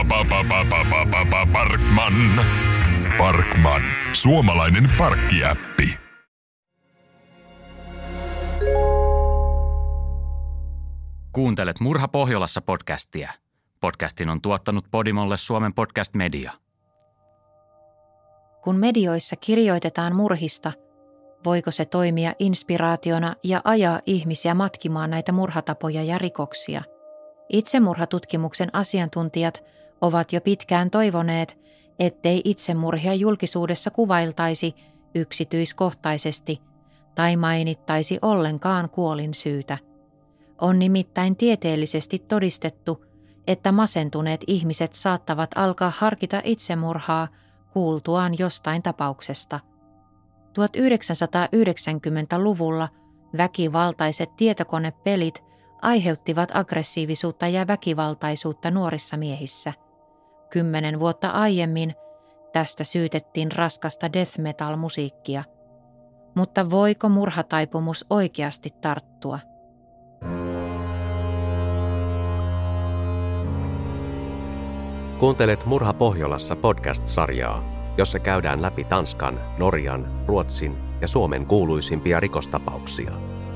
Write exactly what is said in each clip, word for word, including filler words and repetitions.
Parkman. Parkman. Suomalainen parkkiäppi. Kuuntelet Murha Pohjolassa podcastia. Podcastin on tuottanut Podimolle Suomen Podcast Media. Kun medioissa kirjoitetaan murhista, voiko se toimia inspiraationa ja ajaa ihmisiä matkimaan näitä murhatapoja ja rikoksia? Itsemurhatutkimuksen asiantuntijat ovat jo pitkään toivoneet, ettei itsemurhia julkisuudessa kuvailtaisi yksityiskohtaisesti tai mainittaisi ollenkaan kuolinsyytä. On nimittäin tieteellisesti todistettu, että masentuneet ihmiset saattavat alkaa harkita itsemurhaa kuultuaan jostain tapauksesta. tuhatyhdeksänsataayhdeksänkymmentäluvulla väkivaltaiset tietokonepelit aiheuttivat aggressiivisuutta ja väkivaltaisuutta nuorissa miehissä. Kymmenen vuotta aiemmin tästä syytettiin raskasta death metal-musiikkia. Mutta voiko murhataipumus oikeasti tarttua? Kuuntelet Murha Pohjolassa podcast-sarjaa, jossa käydään läpi Tanskan, Norjan, Ruotsin ja Suomen kuuluisimpia rikostapauksia.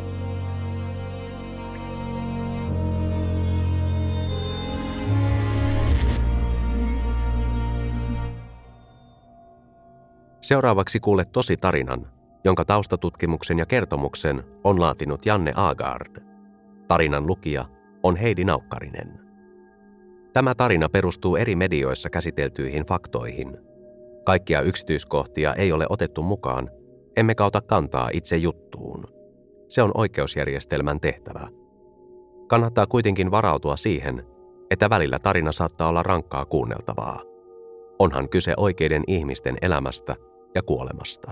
Seuraavaksi kuulet tositarinan, jonka taustatutkimuksen ja kertomuksen on laatinut Janne Agard. Tarinan lukija on Heidi Naukkarinen. Tämä tarina perustuu eri medioissa käsiteltyihin faktoihin. Kaikkia yksityiskohtia ei ole otettu mukaan, emmekä ota kantaa itse juttuun. Se on oikeusjärjestelmän tehtävä. Kannattaa kuitenkin varautua siihen, että välillä tarina saattaa olla rankkaa kuunneltavaa. Onhan kyse oikeiden ihmisten elämästä ja kuolemasta.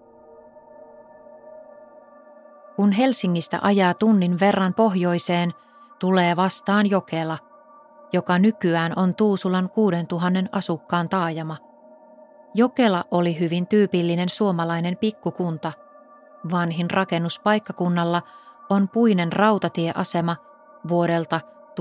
Kun Helsingistä ajaa tunnin verran pohjoiseen, tulee vastaan Jokela, joka nykyään on Tuusulan kuudentuhannen asukkaan taajama. Jokela oli hyvin tyypillinen suomalainen pikkukunta. Vanhin rakennus paikkakunnalla on puinen rautatieasema vuodelta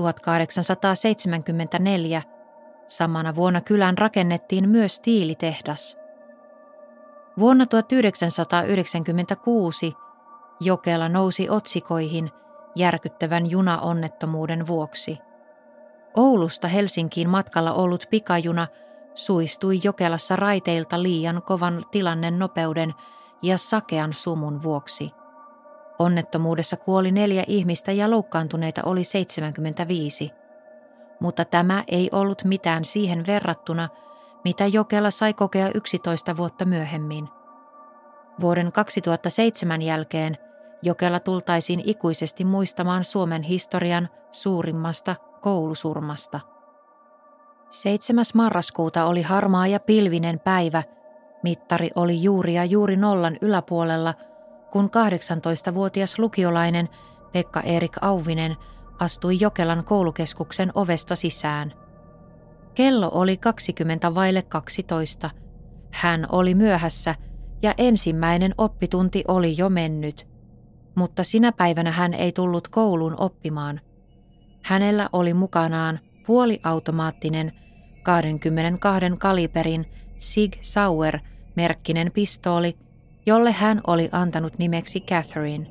tuhatkahdeksansataaseitsemänkymmentäneljä. Samana vuonna kylään rakennettiin myös tiilitehdas. Vuonna tuhatyhdeksänsataayhdeksänkymmentäkuusi Jokela nousi otsikoihin järkyttävän junaonnettomuuden vuoksi. Oulusta Helsinkiin matkalla ollut pikajuna suistui Jokelassa raiteilta liian kovan tilannenopeuden ja sakean sumun vuoksi. Onnettomuudessa kuoli neljä ihmistä ja loukkaantuneita oli seitsemänkymmentäviisi. Mutta tämä ei ollut mitään siihen verrattuna, mitä Jokela sai kokea yksitoista vuotta myöhemmin. Vuoden kaksituhattaseitsemän jälkeen Jokela tultaisiin ikuisesti muistamaan Suomen historian suurimmasta koulusurmasta. seitsemäs marraskuuta oli harmaa ja pilvinen päivä. Mittari oli juuri ja juuri nollan yläpuolella, kun kahdeksantoistavuotias lukiolainen Pekka-Erik Auvinen astui Jokelan koulukeskuksen ovesta sisään. Kello oli kaksikymmentä vaille kaksitoista. Hän oli myöhässä ja ensimmäinen oppitunti oli jo mennyt. Mutta sinä päivänä hän ei tullut kouluun oppimaan. Hänellä oli mukanaan puoliautomaattinen kaksikymmentäkaksi kaliberin Sig Sauer-merkkinen pistooli, jolle hän oli antanut nimeksi Catherine.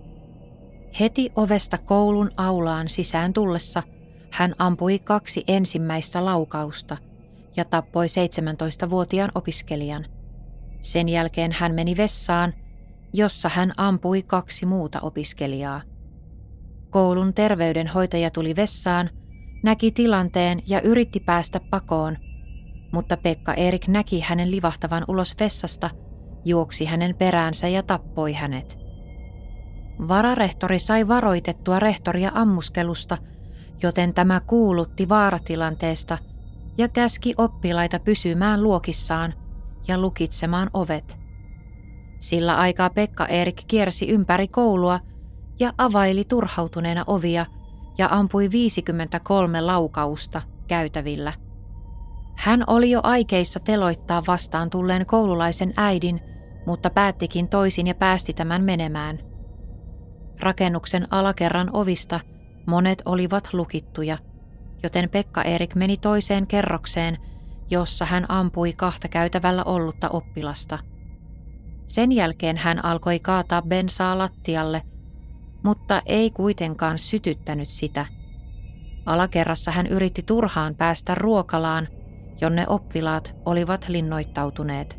Heti ovesta koulun aulaan sisään tullessa hän ampui kaksi ensimmäistä laukausta ja tappoi seitsemäntoistavuotiaan opiskelijan. Sen jälkeen hän meni vessaan, jossa hän ampui kaksi muuta opiskelijaa. Koulun terveydenhoitaja tuli vessaan, näki tilanteen ja yritti päästä pakoon, mutta Pekka-Erik näki hänen livahtavan ulos vessasta, juoksi hänen peräänsä ja tappoi hänet. Vararehtori sai varoitettua rehtoria ammuskelusta, joten tämä kuulutti vaaratilanteesta ja käski oppilaita pysymään luokissaan ja lukitsemaan ovet. Sillä aikaa Pekka-Erik kiersi ympäri koulua ja availi turhautuneena ovia ja ampui viisikymmentäkolme laukausta käytävillä. Hän oli jo aikeissa teloittaa vastaan tulleen koululaisen äidin, mutta päättikin toisin ja päästi tämän menemään. Rakennuksen alakerran ovista monet olivat lukittuja, joten Pekka-Erik meni toiseen kerrokseen, jossa hän ampui kahta käytävällä ollutta oppilasta. Sen jälkeen hän alkoi kaataa bensaa lattialle, mutta ei kuitenkaan sytyttänyt sitä. Alakerrassa hän yritti turhaan päästä ruokalaan, jonne oppilaat olivat linnoittautuneet.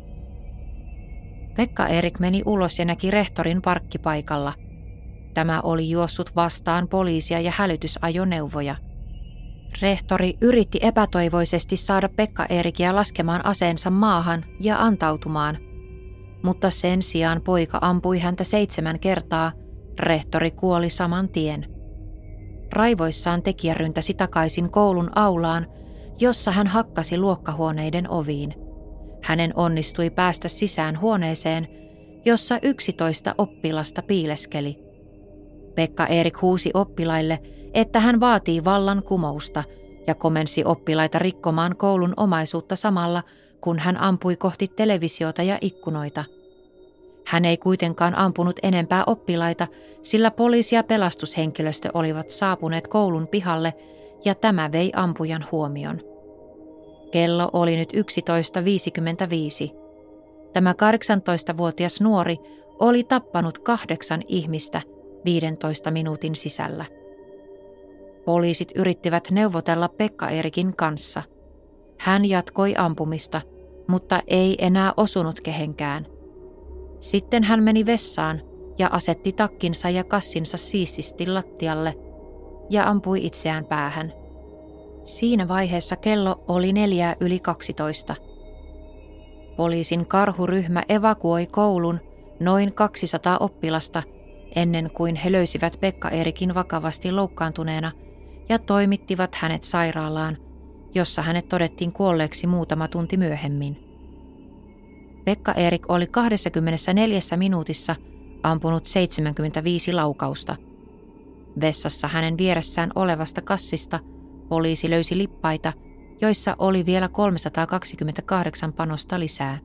Pekka-Erik meni ulos ja näki rehtorin parkkipaikalla. Tämä oli juossut vastaan poliisia ja hälytysajoneuvoja. Rehtori yritti epätoivoisesti saada Pekka-Erikia laskemaan aseensa maahan ja antautumaan, mutta sen sijaan poika ampui häntä seitsemän kertaa. Rehtori kuoli saman tien. Raivoissaan tekijä ryntäsi takaisin koulun aulaan, jossa hän hakkasi luokkahuoneiden oviin. Hänen onnistui päästä sisään huoneeseen, jossa yksitoista oppilasta piileskeli. Pekka-Erik huusi oppilaille, että hän vaatii vallankumousta ja komensi oppilaita rikkomaan koulun omaisuutta samalla, kun hän ampui kohti televisiota ja ikkunoita. Hän ei kuitenkaan ampunut enempää oppilaita, sillä poliisi ja pelastushenkilöstö olivat saapuneet koulun pihalle ja tämä vei ampujan huomion. Kello oli nyt yksitoista viisikymmentäviisi. Tämä kahdeksantoistavuotias nuori oli tappanut kahdeksan ihmistä viidentoista minuutin sisällä. Poliisit yrittivät neuvotella Pekka-Erikin kanssa. Hän jatkoi ampumista, mutta ei enää osunut kehenkään. Sitten hän meni vessaan ja asetti takkinsa ja kassinsa siististi lattialle ja ampui itseään päähän. Siinä vaiheessa kello oli neljää yli kaksitoista. Poliisin karhuryhmä evakuoi koulun noin kaksisataa oppilasta ennen kuin he löysivät Pekka-Erikin vakavasti loukkaantuneena ja toimittivat hänet sairaalaan, jossa hänet todettiin kuolleeksi muutama tunti myöhemmin. Pekka-Erik oli kaksikymmentäneljä minuutissa ampunut seitsemänkymmentäviisi laukausta. Vessassa hänen vieressään olevasta kassista poliisi löysi lippaita, joissa oli vielä kolmesataakaksikymmentäkahdeksan panosta lisää.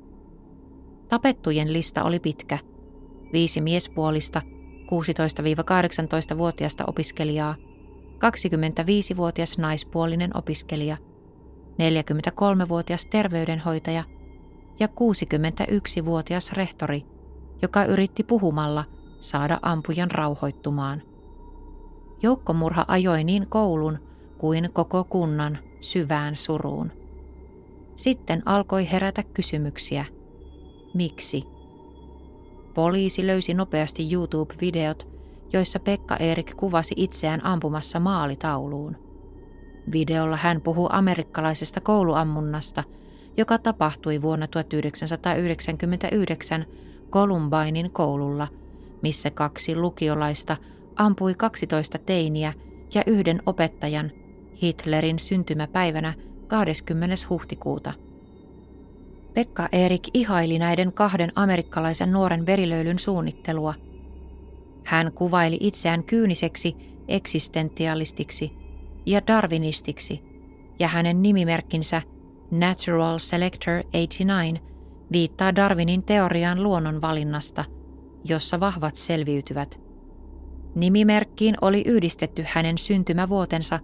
Tapettujen lista oli pitkä. Viisi miespuolista, kuusitoista–kahdeksantoista-vuotiaasta opiskelijaa, kaksikymmentäviisivuotias naispuolinen opiskelija, neljäkymmentäkolmevuotias terveydenhoitaja ja kuusikymmentäyksivuotias rehtori, joka yritti puhumalla saada ampujan rauhoittumaan. Joukkomurha ajoi niin koulun kuin koko kunnan syvään suruun. Sitten alkoi herätä kysymyksiä. Miksi? Poliisi löysi nopeasti YouTube-videot, joissa Pekka-Erik kuvasi itseään ampumassa maalitauluun. Videolla hän puhuu amerikkalaisesta kouluammunnasta, joka tapahtui vuonna tuhatyhdeksänsataayhdeksänkymmentäyhdeksän Columbinein koululla, missä kaksi lukiolaista ampui kaksitoista teiniä ja yhden opettajan Hitlerin syntymäpäivänä kahdeskymmenes huhtikuuta. Pekka-Erik ihaili näiden kahden amerikkalaisen nuoren verilöylyn suunnittelua. Hän kuvaili itseään kyyniseksi eksistentialistiksi ja darwinistiksi, ja hänen nimimerkkinsä Natural Selector kahdeksankymmentäyhdeksän viittaa Darwinin teoriaan luonnonvalinnasta, jossa vahvat selviytyvät. Nimimerkkiin oli yhdistetty hänen syntymävuotensa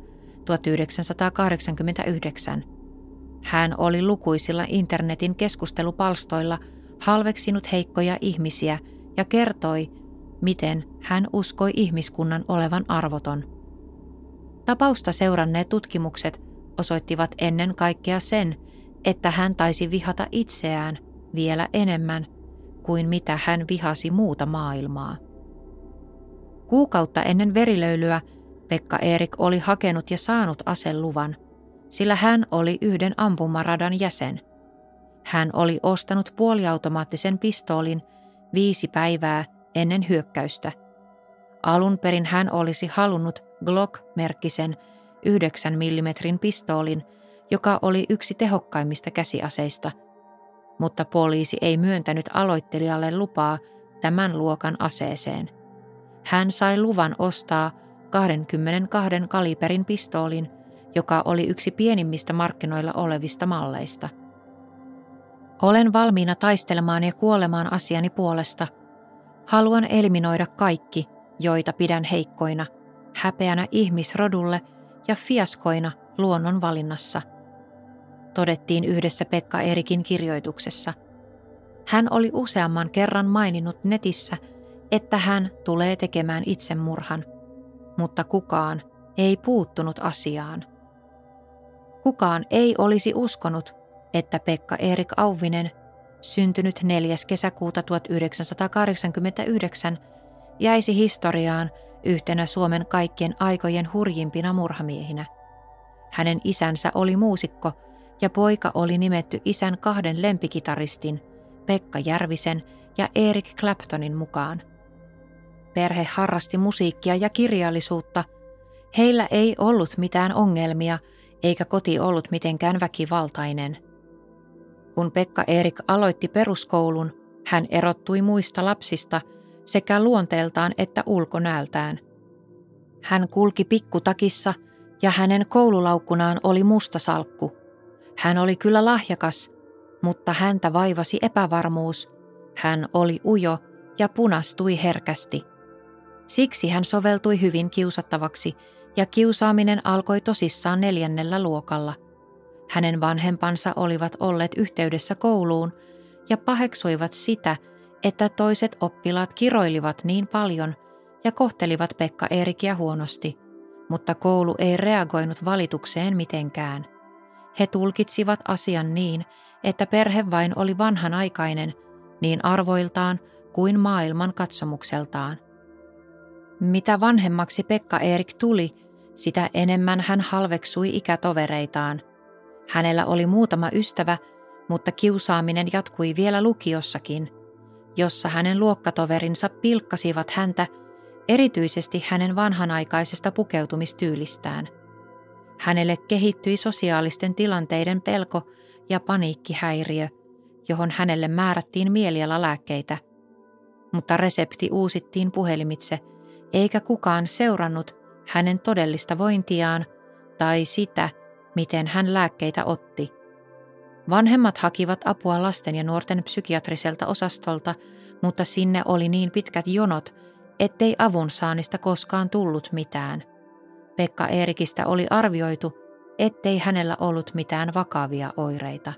tuhatyhdeksänsataakahdeksankymmentäyhdeksän. Hän oli lukuisilla internetin keskustelupalstoilla halveksinut heikkoja ihmisiä ja kertoi, miten hän uskoi ihmiskunnan olevan arvoton. Tapausta seuranneet tutkimukset osoittivat ennen kaikkea sen, että hän taisi vihata itseään vielä enemmän kuin mitä hän vihasi muuta maailmaa. Kuukautta ennen verilöylyä Pekka-Erik oli hakenut ja saanut aseluvan, sillä hän oli yhden ampumaradan jäsen. Hän oli ostanut puoliautomaattisen pistoolin viisi päivää ennen hyökkäystä. Alun perin hän olisi halunnut Glock-merkkisen yhdeksän millimetrin pistoolin, joka oli yksi tehokkaimmista käsiaseista, mutta poliisi ei myöntänyt aloittelijalle lupaa tämän luokan aseeseen. Hän sai luvan ostaa kaksikymmentäkaksi kaliberin pistoolin, joka oli yksi pienimmistä markkinoilla olevista malleista. Olen valmiina taistelemaan ja kuolemaan asiani puolesta. Haluan eliminoida kaikki, joita pidän heikkoina, häpeänä ihmisrodulle ja fiaskoina luonnon valinnassa, todettiin yhdessä Pekka Eerikin kirjoituksessa. Hän oli useamman kerran maininnut netissä, että hän tulee tekemään itsemurhan, mutta kukaan ei puuttunut asiaan. Kukaan ei olisi uskonut, että Pekka Eerik Auvinen, syntynyt neljäs kesäkuuta tuhatyhdeksänsataakahdeksankymmentäyhdeksän, jäisi historiaan yhtenä Suomen kaikkien aikojen hurjimpina murhamiehinä. Hänen isänsä oli muusikko ja poika oli nimetty isän kahden lempikitaristin, Pekka Järvisen ja Eric Claptonin mukaan. Perhe harrasti musiikkia ja kirjallisuutta. Heillä ei ollut mitään ongelmia, eikä koti ollut mitenkään väkivaltainen. Kun Pekka Eerik aloitti peruskoulun, hän erottui muista lapsista sekä luonteeltaan että ulkonäöltään. Hän kulki pikkutakissa ja hänen koululaukkunaan oli musta salkku. Hän oli kyllä lahjakas, mutta häntä vaivasi epävarmuus. Hän oli ujo ja punastui herkästi. Siksi hän soveltui hyvin kiusattavaksi ja kiusaaminen alkoi tosissaan neljännellä luokalla. Hänen vanhempansa olivat olleet yhteydessä kouluun ja paheksuivat sitä, että toiset oppilaat kiroilivat niin paljon ja kohtelivat Pekka Eerikiä huonosti, mutta koulu ei reagoinut valitukseen mitenkään. He tulkitsivat asian niin, että perhe vain oli vanhanaikainen niin arvoiltaan kuin maailman katsomukseltaan. Mitä vanhemmaksi Pekka Eerik tuli, sitä enemmän hän halveksui ikätovereitaan. Hänellä oli muutama ystävä, mutta kiusaaminen jatkui vielä lukiossakin, jossa hänen luokkatoverinsa pilkkasivat häntä, erityisesti hänen vanhanaikaisesta pukeutumistyylistään. Hänelle kehittyi sosiaalisten tilanteiden pelko ja paniikkihäiriö, johon hänelle määrättiin mielialalääkkeitä. Mutta resepti uusittiin puhelimitse, eikä kukaan seurannut hänen todellista vointiaan tai sitä, miten hän lääkkeitä otti. Vanhemmat hakivat apua lasten ja nuorten psykiatriselta osastolta, mutta sinne oli niin pitkät jonot, ettei avunsaannista koskaan tullut mitään. Pekka Eerikistä oli arvioitu, ettei hänellä ollut mitään vakavia oireita.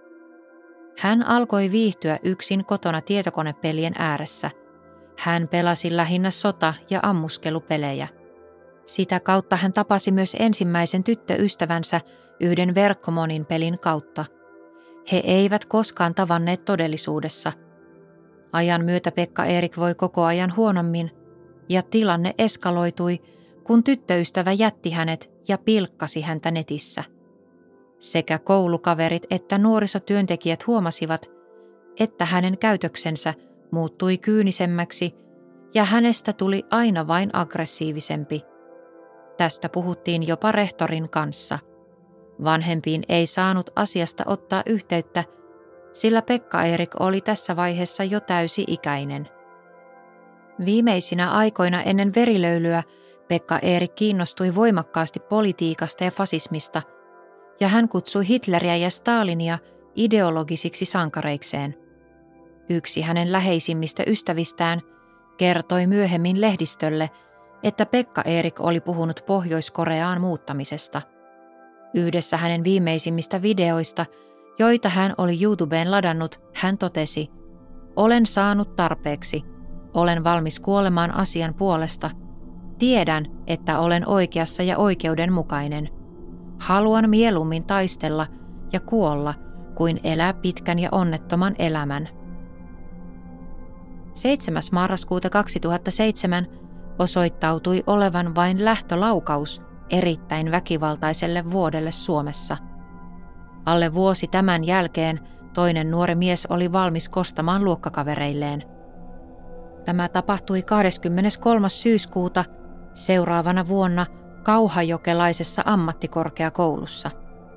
Hän alkoi viihtyä yksin kotona tietokonepelien ääressä. Hän pelasi lähinnä sota- ja ammuskelupelejä. Sitä kautta hän tapasi myös ensimmäisen tyttöystävänsä yhden verkkomonin pelin kautta. He eivät koskaan tavanneet todellisuudessa. Ajan myötä Pekka Eerik voi koko ajan huonommin, ja tilanne eskaloitui, kun tyttöystävä jätti hänet ja pilkkasi häntä netissä. Sekä koulukaverit että nuorisotyöntekijät huomasivat, että hänen käytöksensä muuttui kyynisemmäksi ja hänestä tuli aina vain aggressiivisempi. Tästä puhuttiin jopa rehtorin kanssa. Vanhempiin ei saanut asiasta ottaa yhteyttä, sillä Pekka Eerik oli tässä vaiheessa jo täysi-ikäinen. Viimeisinä aikoina ennen verilöylyä Pekka Eerik kiinnostui voimakkaasti politiikasta ja fasismista, ja hän kutsui Hitleriä ja Stalinia ideologisiksi sankareikseen. Yksi hänen läheisimmistä ystävistään kertoi myöhemmin lehdistölle, että Pekka Eerik oli puhunut Pohjois-Koreaan muuttamisesta. Yhdessä hänen viimeisimmistä videoista, joita hän oli YouTubeen ladannut, hän totesi: "Olen saanut tarpeeksi. Olen valmis kuolemaan asian puolesta. Tiedän, että olen oikeassa ja oikeudenmukainen. Haluan mieluummin taistella ja kuolla, kuin elää pitkän ja onnettoman elämän." seitsemäs marraskuuta kaksituhattaseitsemän osoittautui olevan vain lähtölaukaus erittäin väkivaltaiselle vuodelle Suomessa. Alle vuosi tämän jälkeen toinen nuori mies oli valmis kostamaan luokkakavereilleen. Tämä tapahtui kahdeskymmeneskolmas syyskuuta seuraavana vuonna kauhajokelaisessa ammattikorkeakoulussa.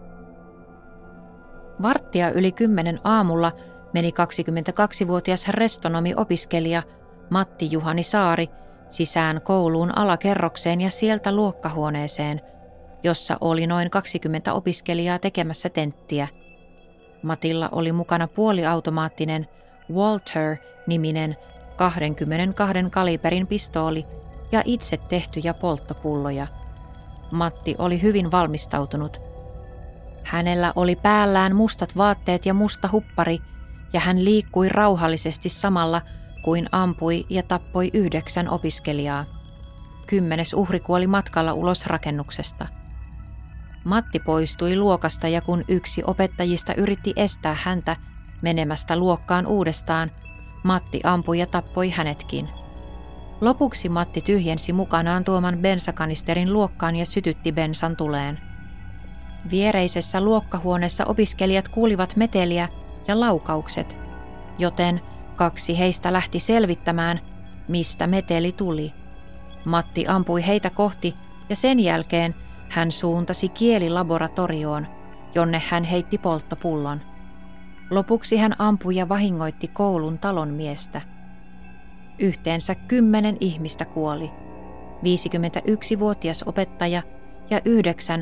Varttia yli kymmenen aamulla meni kaksikymmentäkaksivuotias restonomi-opiskelija Matti Juhani Saari sisään kouluun alakerrokseen ja sieltä luokkahuoneeseen, jossa oli noin kaksikymmentä opiskelijaa tekemässä tenttiä. Matilla oli mukana puoliautomaattinen Walter-niminen kaksikymmentäkaksi kaliberin pistooli ja itse tehtyjä polttopulloja. Matti oli hyvin valmistautunut. Hänellä oli päällään mustat vaatteet ja musta huppari, ja hän liikkui rauhallisesti samalla kuin ampui ja tappoi yhdeksän opiskelijaa. Kymmenes uhri kuoli matkalla ulos rakennuksesta. Matti poistui luokasta ja kun yksi opettajista yritti estää häntä menemästä luokkaan uudestaan, Matti ampui ja tappoi hänetkin. Lopuksi Matti tyhjensi mukanaan tuoman bensakanisterin luokkaan ja sytytti bensan tuleen. Viereisessä luokkahuoneessa opiskelijat kuulivat meteliä ja laukaukset, joten kaksi heistä lähti selvittämään, mistä meteli tuli. Matti ampui heitä kohti ja sen jälkeen hän suuntasi kielilaboratorioon, jonne hän heitti polttopullon. Lopuksi hän ampui ja vahingoitti koulun talonmiestä. Yhteensä kymmenen ihmistä kuoli, viisikymmentäyksivuotias opettaja ja yhdeksän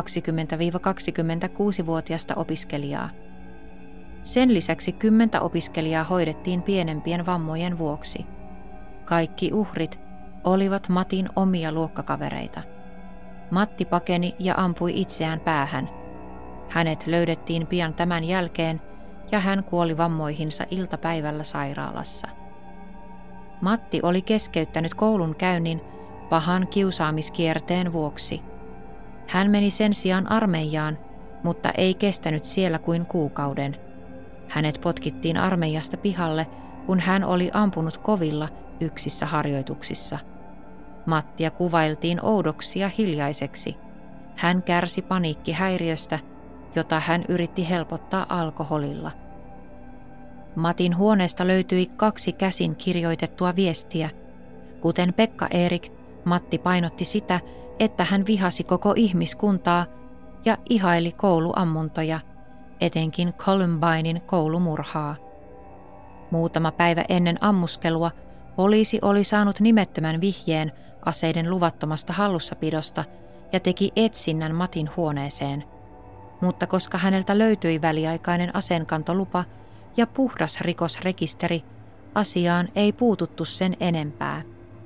kaksikymmentä–kaksikymmentäkuusivuotiasta opiskelijaa. Sen lisäksi kymmentä opiskelijaa hoidettiin pienempien vammojen vuoksi. Kaikki uhrit olivat Matin omia luokkakavereita. Matti pakeni ja ampui itseään päähän. Hänet löydettiin pian tämän jälkeen ja hän kuoli vammoihinsa iltapäivällä sairaalassa. Matti oli keskeyttänyt koulun käynnin pahan kiusaamiskierteen vuoksi. Hän meni sen sijaan armeijaan, mutta ei kestänyt siellä kuin kuukauden. Hänet potkittiin armeijasta pihalle, kun hän oli ampunut kovilla yksissä harjoituksissa. Mattia kuvailtiin oudoksi ja hiljaiseksi. Hän kärsi paniikkihäiriöstä, jota hän yritti helpottaa alkoholilla. Matin huoneesta löytyi kaksi käsin kirjoitettua viestiä. Kuten Pekka-Erik, Matti painotti sitä, että hän vihasi koko ihmiskuntaa ja ihaili kouluammuntoja, etenkin Columbinen koulumurhaa. Muutama päivä ennen ammuskelua poliisi oli saanut nimettömän vihjeen aseiden luvattomasta hallussapidosta ja teki etsinnän Matin huoneeseen. Mutta koska häneltä löytyi väliaikainen aseenkantolupa ja puhdas rikosrekisteri, asiaan ei puututtu sen enempää.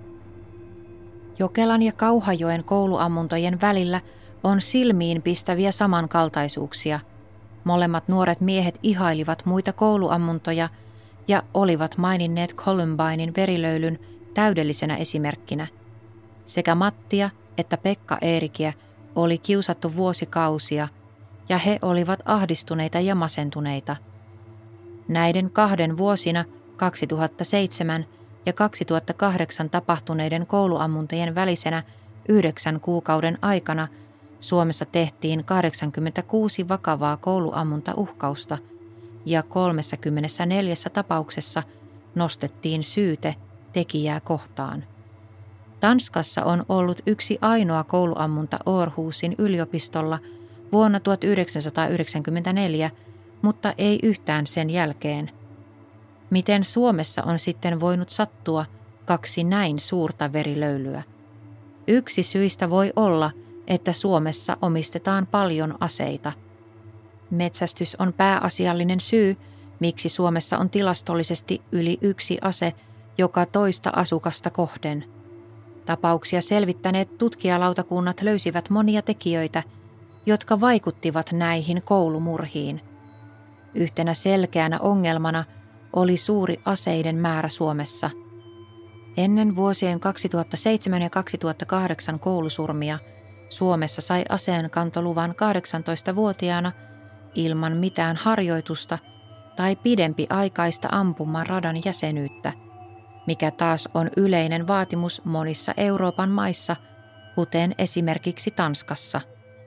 Jokelan ja Kauhajoen kouluammuntojen välillä on silmiinpistäviä samankaltaisuuksia. Molemmat nuoret miehet ihailivat muita kouluammuntoja ja olivat maininneet Columbinen verilöylyn täydellisenä esimerkkinä. Sekä Mattia että Pekka-Eerikiä oli kiusattu vuosikausia ja he olivat ahdistuneita ja masentuneita. Näiden kahden vuosina kaksituhattaseitsemän ja kaksituhattakahdeksan tapahtuneiden kouluammuntojen välisenä yhdeksän kuukauden aikana Suomessa tehtiin kahdeksankymmentäkuusi vakavaa kouluammuntauhkausta ja kolmekymmentäneljä tapauksessa nostettiin syyte tekijää kohtaan. Tanskassa on ollut yksi ainoa kouluammunta Aarhusin yliopistolla vuonna tuhatyhdeksänsataayhdeksänkymmentäneljä, mutta ei yhtään sen jälkeen. Miten Suomessa on sitten voinut sattua kaksi näin suurta verilöylyä? Yksi syistä voi olla, että Suomessa omistetaan paljon aseita. Metsästys on pääasiallinen syy, miksi Suomessa on tilastollisesti yli yksi ase joka toista asukasta kohden. Tapauksia selvittäneet tutkijalautakunnat löysivät monia tekijöitä, jotka vaikuttivat näihin koulumurhiin. Yhtenä selkeänä ongelmana oli suuri aseiden määrä Suomessa. Ennen vuosien kaksituhattaseitsemän ja kaksituhattakahdeksan koulusurmia Suomessa sai aseenkantoluvan kahdeksantoistavuotiaana ilman mitään harjoitusta tai pidempiaikaista ampumaradan jäsenyyttä, mikä taas on yleinen vaatimus monissa Euroopan maissa, kuten esimerkiksi Tanskassa.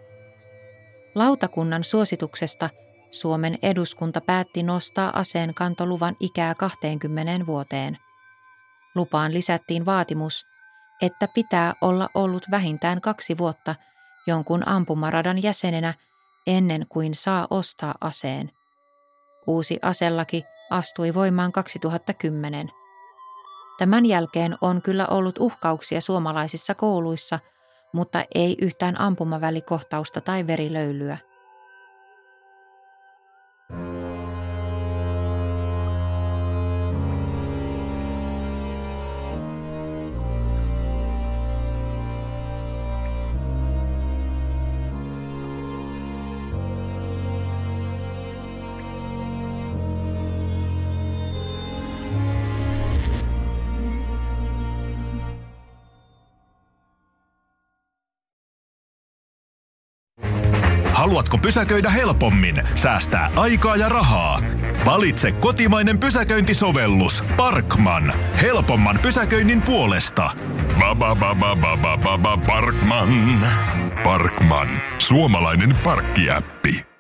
Lautakunnan suosituksesta Suomen eduskunta päätti nostaa aseenkantoluvan ikää kaksikymmentä vuoteen. Lupaan lisättiin vaatimus, että pitää olla ollut vähintään kaksi vuotta jonkun ampumaradan jäsenenä ennen kuin saa ostaa aseen. Uusi aselaki astui voimaan kaksituhattakymmenen. Tämän jälkeen on kyllä ollut uhkauksia suomalaisissa kouluissa, mutta ei yhtään ampumavälikohtausta tai verilöylyä. Haluatko pysäköidä helpommin, säästää aikaa ja rahaa? Valitse kotimainen pysäköintisovellus Parkman. Helpomman pysäköinnin puolesta. Ba ba ba ba ba ba ba ba Parkman. Parkman. Suomalainen parkkiäppi.